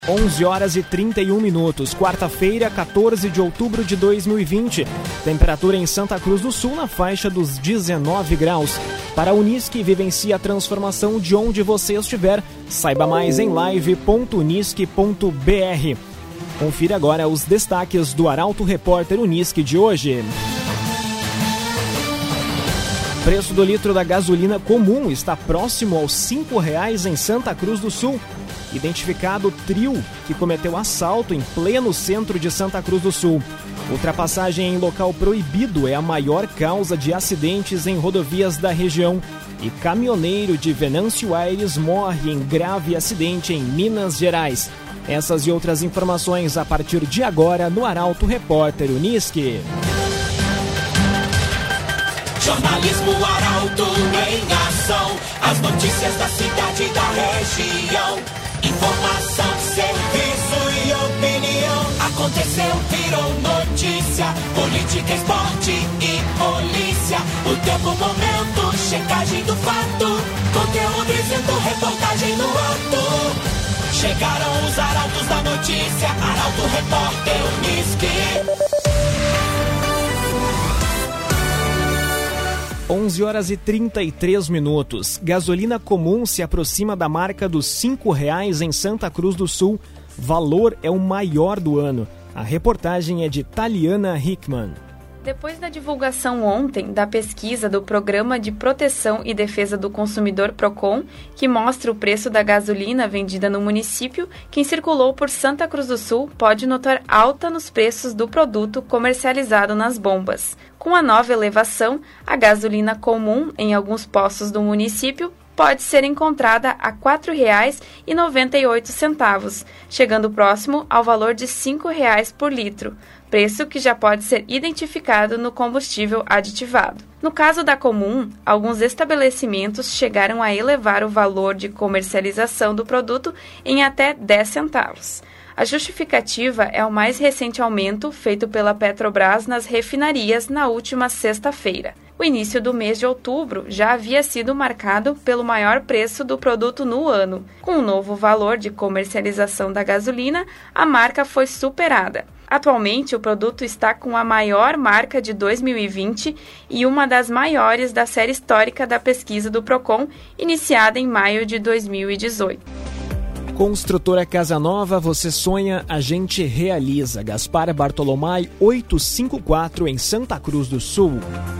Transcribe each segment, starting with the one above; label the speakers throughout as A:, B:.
A: 11 horas e 31 minutos, quarta-feira, 14 de outubro de 2020. Temperatura em Santa Cruz do Sul na faixa dos 19 graus. Para a Unisque, vivencie a transformação de onde você estiver. Saiba mais em live.unisque.br. Confira agora os destaques do Arauto Repórter Unisque de hoje. Preço do litro da gasolina comum está próximo aos R$ 5,00 em Santa Cruz do Sul. Identificado trio que cometeu assalto em pleno centro de Santa Cruz do Sul. Ultrapassagem em local proibido é a maior causa de acidentes em rodovias da região. E caminhoneiro de Venâncio Aires morre em grave acidente em Minas Gerais. Essas e outras informações a partir de agora no Arauto Repórter Unisque.
B: Jornalismo Arauto em ação. As notícias da cidade e da região. Informação, serviço e opinião. Aconteceu, virou notícia. Política, esporte e polícia. O tempo, momento, checagem do fato. Conteúdo dizendo, reportagem no ato. Chegaram os arautos da notícia. Arauto Repórter Unisque.
A: 11 horas e 33 minutos. Gasolina comum se aproxima da marca dos R$ 5,00 em Santa Cruz do Sul. Valor é o maior do ano. A reportagem é de Taliana Hickman.
C: Depois da divulgação ontem da pesquisa do Programa de Proteção e Defesa do Consumidor PROCON, que mostra o preço da gasolina vendida no município, quem circulou por Santa Cruz do Sul pode notar alta nos preços do produto comercializado nas bombas. Com a nova elevação, a gasolina comum em alguns postos do município pode ser encontrada a R$ 4,98, chegando próximo ao valor de R$ 5,00 por litro, preço que já pode ser identificado no combustível aditivado. No caso da comum, alguns estabelecimentos chegaram a elevar o valor de comercialização do produto em até 10 centavos. A justificativa é o mais recente aumento feito pela Petrobras nas refinarias na última sexta-feira. O início do mês de outubro já havia sido marcado pelo maior preço do produto no ano. Com o novo valor de comercialização da gasolina, a marca foi superada. Atualmente, o produto está com a maior marca de 2020 e uma das maiores da série histórica da pesquisa do PROCON, iniciada em maio de 2018.
A: Construtora Casa Nova, você sonha, a gente realiza. Gaspar Bartolomai 854 em Santa Cruz do Sul.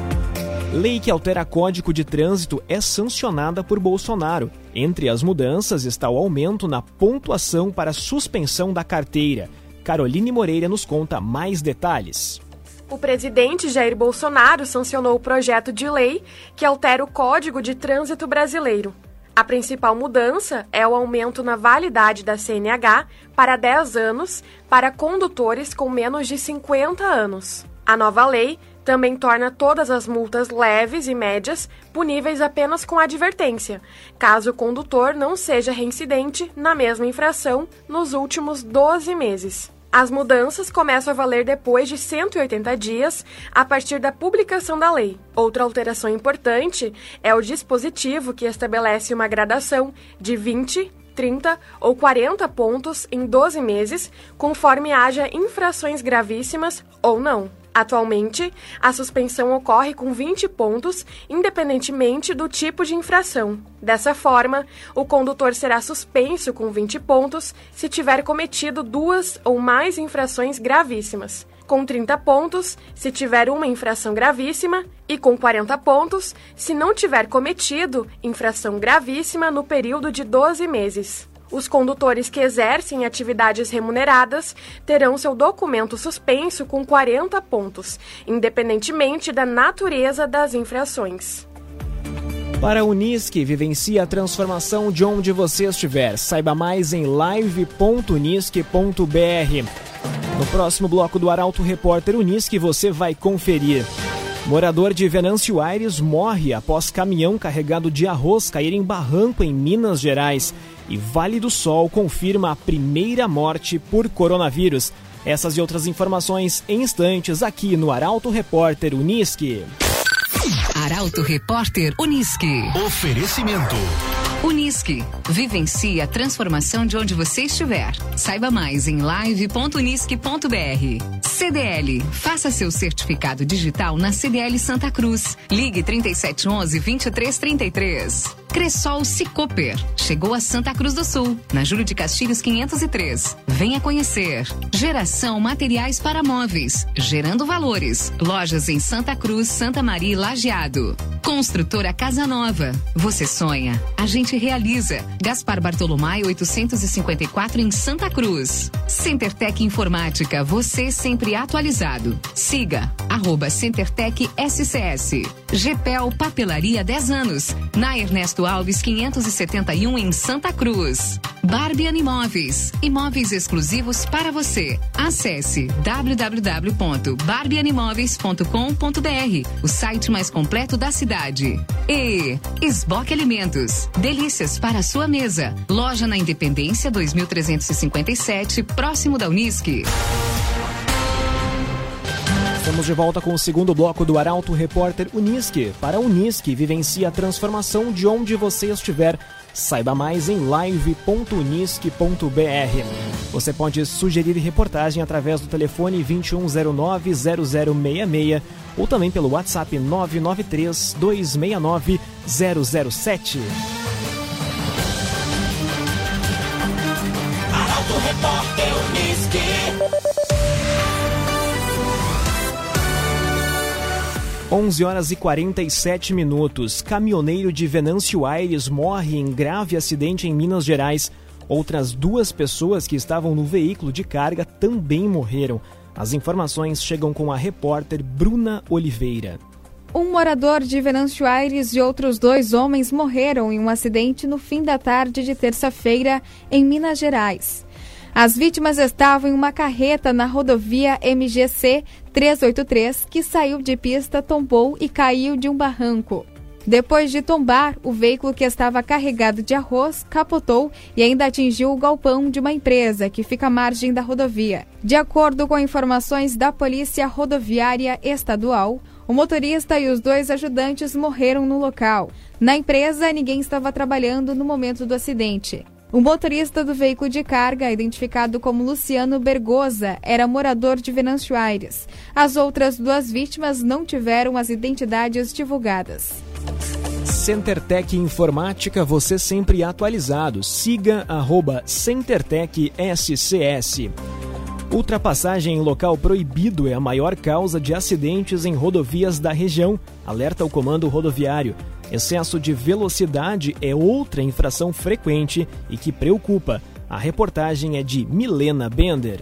A: Lei que altera Código de Trânsito é sancionada por Bolsonaro. Entre as mudanças está o aumento na pontuação para suspensão da carteira. Caroline Moreira nos conta mais detalhes.
D: O presidente Jair Bolsonaro sancionou o projeto de lei que altera o Código de Trânsito brasileiro. A principal mudança é o aumento na validade da CNH para 10 anos para condutores com menos de 50 anos. A nova lei também torna todas as multas leves e médias puníveis apenas com advertência, caso o condutor não seja reincidente na mesma infração nos últimos 12 meses. As mudanças começam a valer depois de 180 dias, a partir da publicação da lei. Outra alteração importante é o dispositivo que estabelece uma gradação de 20, 30 ou 40 pontos em 12 meses, conforme haja infrações gravíssimas ou não. Atualmente, a suspensão ocorre com 20 pontos, independentemente do tipo de infração. Dessa forma, o condutor será suspenso com 20 pontos se tiver cometido 2 ou mais infrações gravíssimas, com 30 pontos se tiver uma infração gravíssima e com 40 pontos se não tiver cometido infração gravíssima no período de 12 meses. Os condutores que exercem atividades remuneradas terão seu documento suspenso com 40 pontos, independentemente da natureza das infrações.
A: Para a Unisque, vivencie a transformação de onde você estiver. Saiba mais em live.unisque.br. No próximo bloco do Arauto Repórter Unisque, você vai conferir. Morador de Venâncio Aires morre após caminhão carregado de arroz cair em barranco em Minas Gerais. E Vale do Sol confirma a primeira morte por coronavírus. Essas e outras informações em instantes aqui no Arauto Repórter Unisque.
E: Arauto Repórter Unisque.
F: Oferecimento.
E: Unisque. Vivencie a transformação de onde você estiver. Saiba mais em live.unisque.br. CDL. Faça seu certificado digital na CDL Santa Cruz. Ligue 3711-2333. Cressol Cicoper. Chegou a Santa Cruz do Sul, na Júlio de Castilhos 503. Venha conhecer. Geração Materiais para Móveis. Gerando valores. Lojas em Santa Cruz, Santa Maria e Lajeado. Construtora Casa Nova. Você sonha, a gente realiza. Gaspar Bartolomé 854 em Santa Cruz. CenterTech Informática, você sempre atualizado. Siga @CenterTech SCS. GPEL Papelaria 10 anos, na Ernesto Alves 571 em Santa Cruz. Barbian Imóveis, imóveis exclusivos para você. Acesse www.barbianimoveis.com.br, o site mais completo da cidade. E Esboque Alimentos, delícias para a sua mesa. Loja na Independência 2357, próximo da Unisque.
A: Estamos de volta com o segundo bloco do Arauto Repórter Unisque. Para a Unisque, vivencie a transformação de onde você estiver. Saiba mais em live.unisque.br. Você pode sugerir reportagem através do telefone 2109-0066 ou também pelo WhatsApp 993-269-007.
B: Arauto Repórter Unisque.
A: 11h47. Caminhoneiro de Venâncio Aires morre em grave acidente em Minas Gerais. Outras 2 pessoas que estavam no veículo de carga também morreram. As informações chegam com a repórter Bruna Oliveira.
F: Um morador de Venâncio Aires e outros 2 homens morreram em um acidente no fim da tarde de terça-feira em Minas Gerais. As vítimas estavam em uma carreta na rodovia MGC 383, que saiu de pista, tombou e caiu de um barranco. Depois de tombar, o veículo que estava carregado de arroz capotou e ainda atingiu o galpão de uma empresa que fica à margem da rodovia. De acordo com informações da Polícia Rodoviária Estadual, o motorista e os 2 ajudantes morreram no local. Na empresa, ninguém estava trabalhando no momento do acidente. O motorista do veículo de carga, identificado como Luciano Bergosa, era morador de Venâncio Aires. As outras 2 vítimas não tiveram as identidades divulgadas.
A: CenterTech Informática, você sempre atualizado. Siga @CenterTech SCS. Ultrapassagem em local proibido é a maior causa de acidentes em rodovias da região, alerta o Comando Rodoviário. Excesso de velocidade é outra infração frequente e que preocupa. A reportagem é de Milena Bender.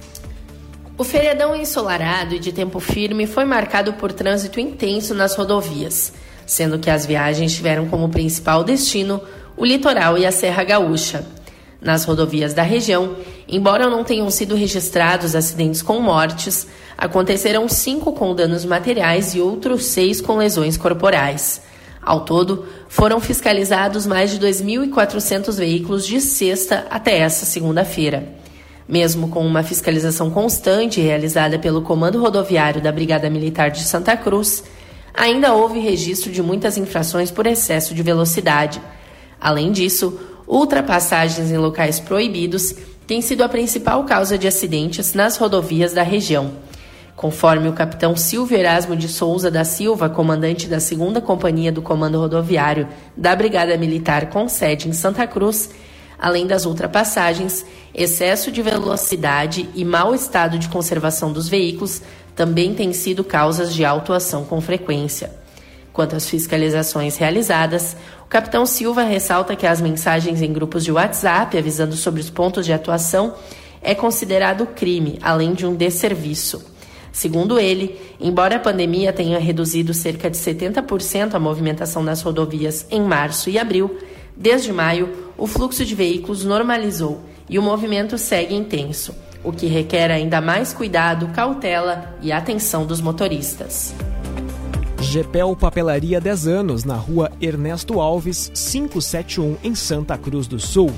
G: O feriadão ensolarado e de tempo firme foi marcado por trânsito intenso nas rodovias, sendo que as viagens tiveram como principal destino o litoral e a Serra Gaúcha. Nas rodovias da região, embora não tenham sido registrados acidentes com mortes, aconteceram 5 com danos materiais e outros 6 com lesões corporais. Ao todo, foram fiscalizados mais de 2.400 veículos de sexta até esta segunda-feira. Mesmo com uma fiscalização constante realizada pelo Comando Rodoviário da Brigada Militar de Santa Cruz, ainda houve registro de muitas infrações por excesso de velocidade. Além disso, ultrapassagens em locais proibidos têm sido a principal causa de acidentes nas rodovias da região. Conforme o capitão Silvio Erasmo de Souza da Silva, comandante da 2ª Companhia do Comando Rodoviário da Brigada Militar com sede em Santa Cruz, além das ultrapassagens, excesso de velocidade e mau estado de conservação dos veículos também têm sido causas de autuação com frequência. Quanto às fiscalizações realizadas, o capitão Silva ressalta que as mensagens em grupos de WhatsApp avisando sobre os pontos de atuação é considerado crime, além de um desserviço. Segundo ele, embora a pandemia tenha reduzido cerca de 70% a movimentação nas rodovias em março e abril, desde maio o fluxo de veículos normalizou e o movimento segue intenso, o que requer ainda mais cuidado, cautela e atenção dos motoristas.
A: GPEL Papelaria 10 anos, na rua Ernesto Alves, 571, em Santa Cruz do Sul.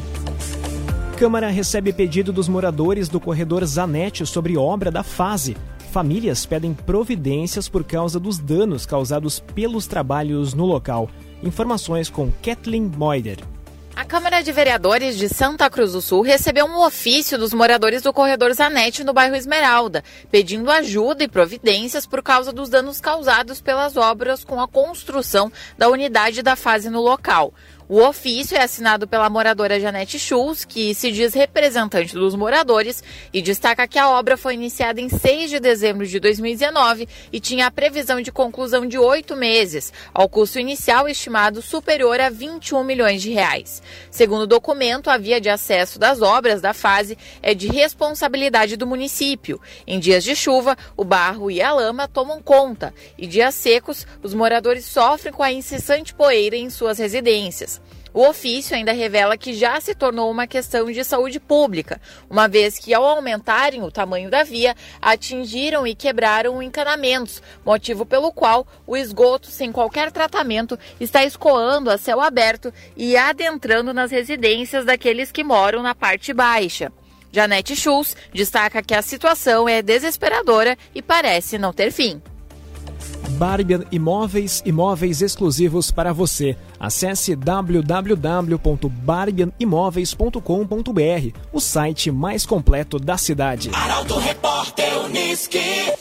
A: Câmara recebe pedido dos moradores do corredor Zanetti sobre obra da fase. Famílias pedem providências por causa dos danos causados pelos trabalhos no local. Informações com Kathleen Moider.
H: A Câmara de Vereadores de Santa Cruz do Sul recebeu um ofício dos moradores do corredor Zanetti no bairro Esmeralda, pedindo ajuda e providências por causa dos danos causados pelas obras com a construção da unidade da fase no local. O ofício é assinado pela moradora Janete Schultz, que se diz representante dos moradores, e destaca que a obra foi iniciada em 6 de dezembro de 2019 e tinha a previsão de conclusão de 8 meses, ao custo inicial estimado superior a 21 milhões de reais. Segundo o documento, a via de acesso das obras da fase é de responsabilidade do município. Em dias de chuva, o barro e a lama tomam conta, e dias secos, os moradores sofrem com a incessante poeira em suas residências. O ofício ainda revela que já se tornou uma questão de saúde pública, uma vez que, ao aumentarem o tamanho da via, atingiram e quebraram encanamentos, motivo pelo qual o esgoto, sem qualquer tratamento, está escoando a céu aberto e adentrando nas residências daqueles que moram na parte baixa. Janete Schultz destaca que a situação é desesperadora e parece não ter fim.
A: Barbian Imóveis, imóveis exclusivos para você. Acesse www.barbianimoveis.com.br, o site mais completo da cidade.
B: Arauto Repórter Unisque.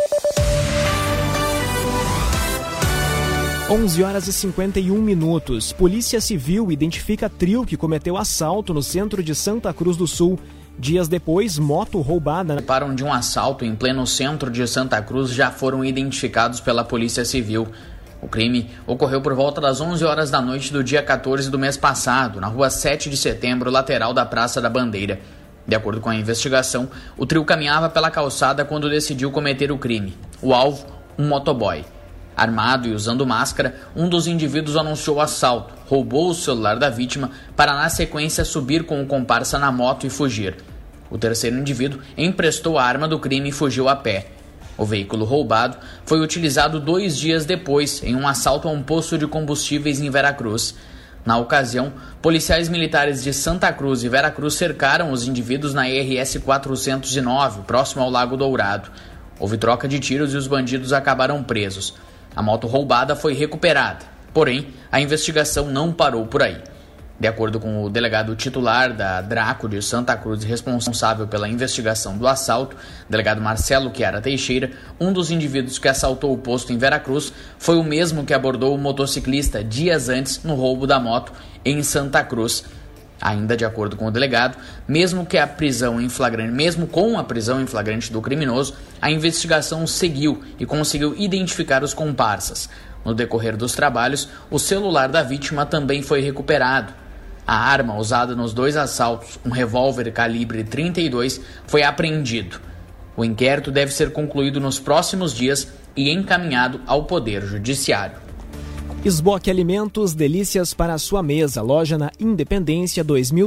A: 11h51. Polícia Civil identifica trio que cometeu assalto no centro de Santa Cruz do Sul. Dias depois, moto roubada.
I: Param de um assalto em pleno centro de Santa Cruz já foram identificados pela Polícia Civil. O crime ocorreu por volta das 11 horas da noite do dia 14 do mês passado, na rua 7 de setembro, lateral da Praça da Bandeira. De acordo com a investigação, o trio caminhava pela calçada quando decidiu cometer o crime. O alvo, um motoboy. Armado e usando máscara, um dos indivíduos anunciou o assalto, roubou o celular da vítima para, na sequência, subir com o comparsa na moto e fugir. O terceiro indivíduo emprestou a arma do crime e fugiu a pé. O veículo roubado foi utilizado 2 dias depois em um assalto a um posto de combustíveis em Veracruz. Na ocasião, policiais militares de Santa Cruz e Veracruz cercaram os indivíduos na RS 409, próximo ao Lago Dourado. Houve troca de tiros e os bandidos acabaram presos. A moto roubada foi recuperada, porém, a investigação não parou por aí. De acordo com o delegado titular da Draco de Santa Cruz, responsável pela investigação do assalto, delegado Marcelo Chiara Teixeira, um dos indivíduos que assaltou o posto em Veracruz foi o mesmo que abordou o motociclista dias antes no roubo da moto em Santa Cruz. Ainda de acordo com o delegado, mesmo com a prisão em flagrante do criminoso, a investigação seguiu e conseguiu identificar os comparsas. No decorrer dos trabalhos, o celular da vítima também foi recuperado. A arma usada nos 2 assaltos, um revólver calibre 32, foi apreendido. O inquérito deve ser concluído nos próximos dias e encaminhado ao Poder Judiciário.
A: Esboque Alimentos, delícias para a sua mesa. Loja na Independência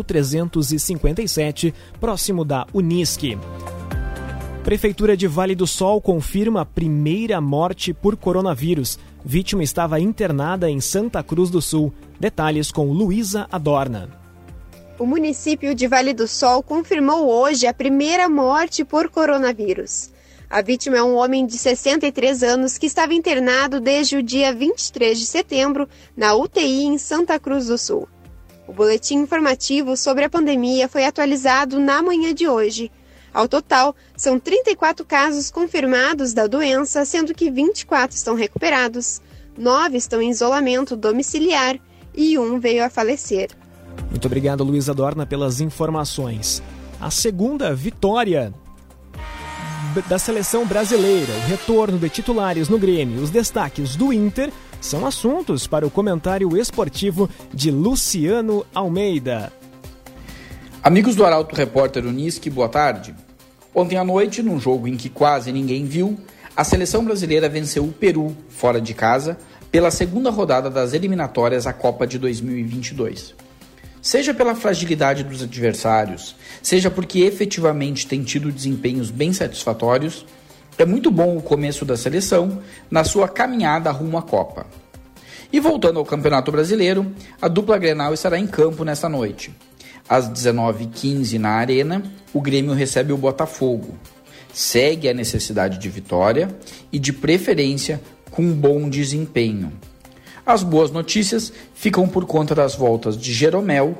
A: 2357, próximo da Unisque. Prefeitura de Vale do Sol confirma a primeira morte por coronavírus. Vítima estava internada em Santa Cruz do Sul. Detalhes com Luísa Adorna.
J: O município de Vale do Sol confirmou hoje a primeira morte por coronavírus. A vítima é um homem de 63 anos que estava internado desde o dia 23 de setembro na UTI em Santa Cruz do Sul. O boletim informativo sobre a pandemia foi atualizado na manhã de hoje. Ao total, são 34 casos confirmados da doença, sendo que 24 estão recuperados, 9 estão em isolamento domiciliar e 1 veio a falecer.
A: Muito obrigado, Luísa Adorna, pelas informações. A segunda vitória da seleção brasileira, o retorno de titulares no Grêmio, os destaques do Inter são assuntos para o comentário esportivo de Luciano Almeida.
K: Amigos do Arauto Repórter Unisque, boa tarde. Ontem à noite, num jogo em que quase ninguém viu, a seleção brasileira venceu o Peru, fora de casa, pela segunda rodada das eliminatórias à Copa de 2022. Seja pela fragilidade dos adversários, seja porque efetivamente tem tido desempenhos bem satisfatórios, é muito bom o começo da seleção na sua caminhada rumo à Copa. E voltando ao Campeonato Brasileiro, a dupla Grenal estará em campo nesta noite. Às 19h15 na Arena, o Grêmio recebe o Botafogo. Segue a necessidade de vitória e, de preferência, com um bom desempenho. As boas notícias ficam por conta das voltas de Jeromel,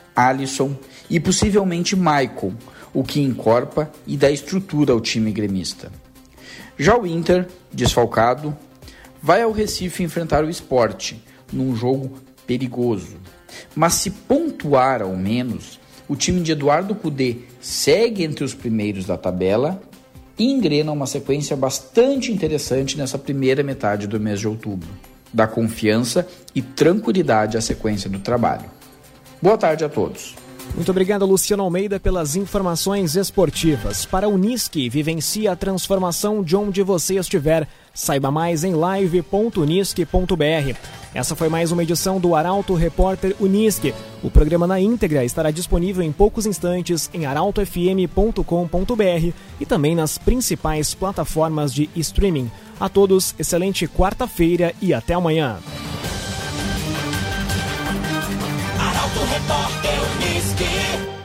K: Alisson e possivelmente Maicon, o que encorpa e dá estrutura ao time gremista. Já o Inter, desfalcado, vai ao Recife enfrentar o Sport, num jogo perigoso. Mas se pontuar ao menos, o time de Eduardo Cudê segue entre os primeiros da tabela e engrena uma sequência bastante interessante nessa primeira metade do mês de outubro. Dá confiança e tranquilidade à sequência do trabalho. Boa tarde a todos.
A: Muito obrigado, Luciano Almeida, pelas informações esportivas. Para a Unisque, vivencie a transformação de onde você estiver. Saiba mais em live.unisque.br. Essa foi mais uma edição do Arauto Repórter Unisque. O programa na íntegra estará disponível em poucos instantes em arautofm.com.br e também nas principais plataformas de streaming. A todos, excelente quarta-feira e até amanhã.
B: Arauto Repórter Unisque.